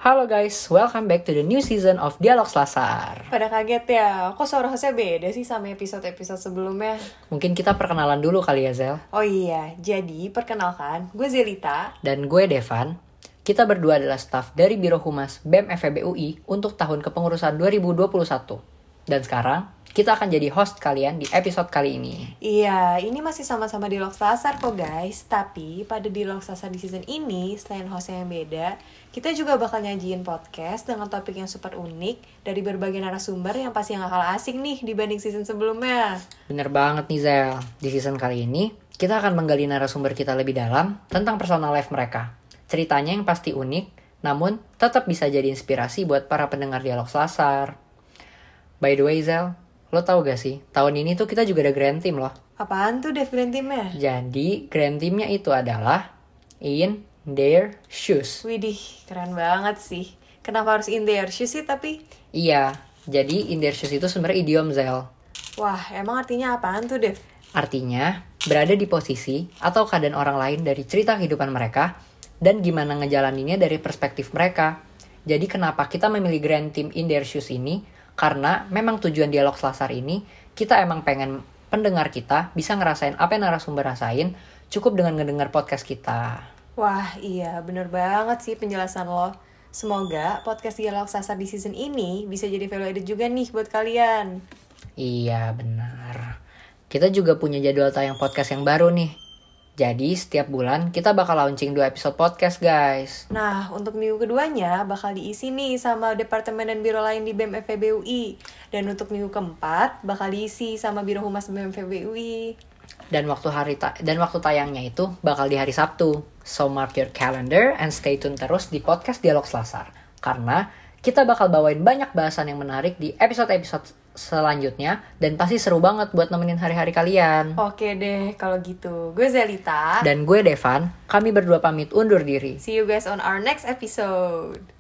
Halo guys, welcome back to the new season of Dialog Selasar. Pada kaget ya, kok suara hostnya beda sih sama episode-episode sebelumnya? Mungkin kita perkenalan dulu kali ya, Zel. Oh iya, jadi perkenalkan, gue Zelita. Dan gue Devan. Kita berdua adalah staf dari Biro Humas BEM FEB UI untuk tahun kepengurusan 2021. Dan sekarang, kita akan jadi host kalian di episode kali ini. Iya, ini masih sama-sama Dialog Selasar kok guys. Tapi pada Dialog Selasar di season ini, selain hostnya yang beda, kita juga bakal nyajiin podcast dengan topik yang super unik dari berbagai narasumber yang pasti gak kalah asik nih dibanding season sebelumnya. Bener banget nih Zel, di season kali ini, kita akan menggali narasumber kita lebih dalam tentang personal life mereka. Ceritanya yang pasti unik, namun tetap bisa jadi inspirasi buat para pendengar Dialog Selasar. By the way Zel, lo tau gak sih, tahun ini tuh kita juga ada grand team loh. Apaan tuh Dev Grand Team-nya? Jadi, grand teamnya itu adalah In Their Shoes. Widih, keren banget sih. Kenapa harus in their shoes sih tapi? Iya, jadi In Their Shoes itu sebenarnya idiom Zel. Wah, emang artinya apaan tuh Dev? Artinya, berada di posisi atau keadaan orang lain dari cerita kehidupan mereka dan gimana ngejalaninnya dari perspektif mereka. Jadi kenapa kita memilih grand team In Their Shoes ini? Karena memang tujuan Dialog Selasar ini, kita emang pengen pendengar kita bisa ngerasain apa yang narasumber rasain cukup dengan ngedengar podcast kita. Wah iya bener banget sih penjelasan lo. Semoga podcast Dialog Selasar di season ini bisa jadi value added juga nih buat kalian. Iya benar. Kita juga punya jadwal tayang podcast yang baru nih. Jadi setiap bulan kita bakal launching 2 episode podcast guys. Nah untuk minggu keduanya bakal diisi nih sama departemen dan biro lain di BEM FEB UI. Dan untuk minggu keempat bakal diisi sama biro humas BEM FEB UI. Dan waktu tayangnya itu bakal di hari Sabtu. So mark your calendar and stay tune terus di podcast Dialog Selasar. Karena kita bakal bawain banyak bahasan yang menarik di episode-episode selanjutnya. Dan pasti seru banget buat nemenin hari-hari kalian. Oke deh kalau gitu. Gue Zelita. Dan gue Devan. Kami berdua pamit undur diri. See you guys on our next episode.